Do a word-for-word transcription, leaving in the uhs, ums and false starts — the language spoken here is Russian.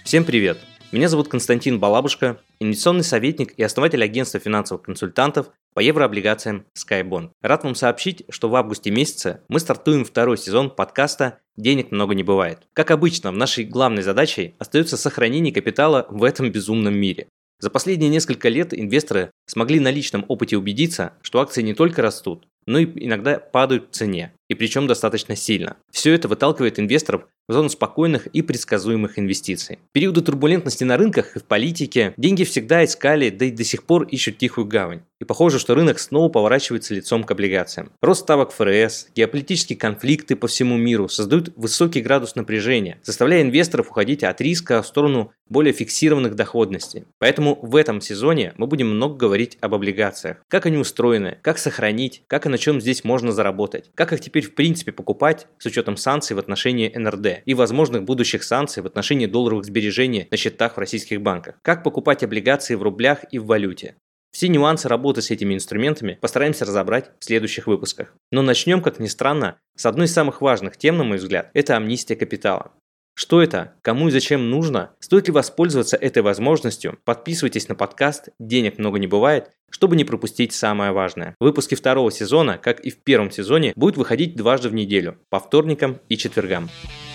Всем привет! Меня зовут Константин Балабушка, инвестиционный советник и основатель агентства финансовых консультантов по еврооблигациям SkyBond. Рад вам сообщить, что в августе месяце мы стартуем второй сезон подкаста «Денег много не бывает». Как обычно, нашей главной задачей остается сохранение капитала в этом безумном мире. За последние несколько лет инвесторы смогли на личном опыте убедиться, что акции не только растут, но и иногда падают в цене, и причем достаточно сильно. Все это выталкивает инвесторов в зону спокойных и предсказуемых инвестиций. В периоды турбулентности на рынках и в политике деньги всегда искали, да и до сих пор ищут тихую гавань. И похоже, что рынок снова поворачивается лицом к облигациям. Рост ставок ФРС, геополитические конфликты по всему миру создают высокий градус напряжения, заставляя инвесторов уходить от риска в сторону более фиксированных доходностей. Поэтому в этом сезоне мы будем много говорить об облигациях. Как они устроены, как сохранить, как и на чем здесь можно заработать, как их теперь в принципе покупать с учетом санкций в отношении эн эр дэ и возможных будущих санкций в отношении долларовых сбережений на счетах в российских банках, как покупать облигации в рублях и в валюте. Все нюансы работы с этими инструментами постараемся разобрать в следующих выпусках. Но начнем, как ни странно, с одной из самых важных тем, на мой взгляд, это амнистия капитала. Что это? Кому и зачем нужно? Стоит ли воспользоваться этой возможностью? Подписывайтесь на подкаст «Денег много не бывает», чтобы не пропустить самое важное. Выпуски второго сезона, как и в первом сезоне, будут выходить дважды в неделю, по вторникам и четвергам.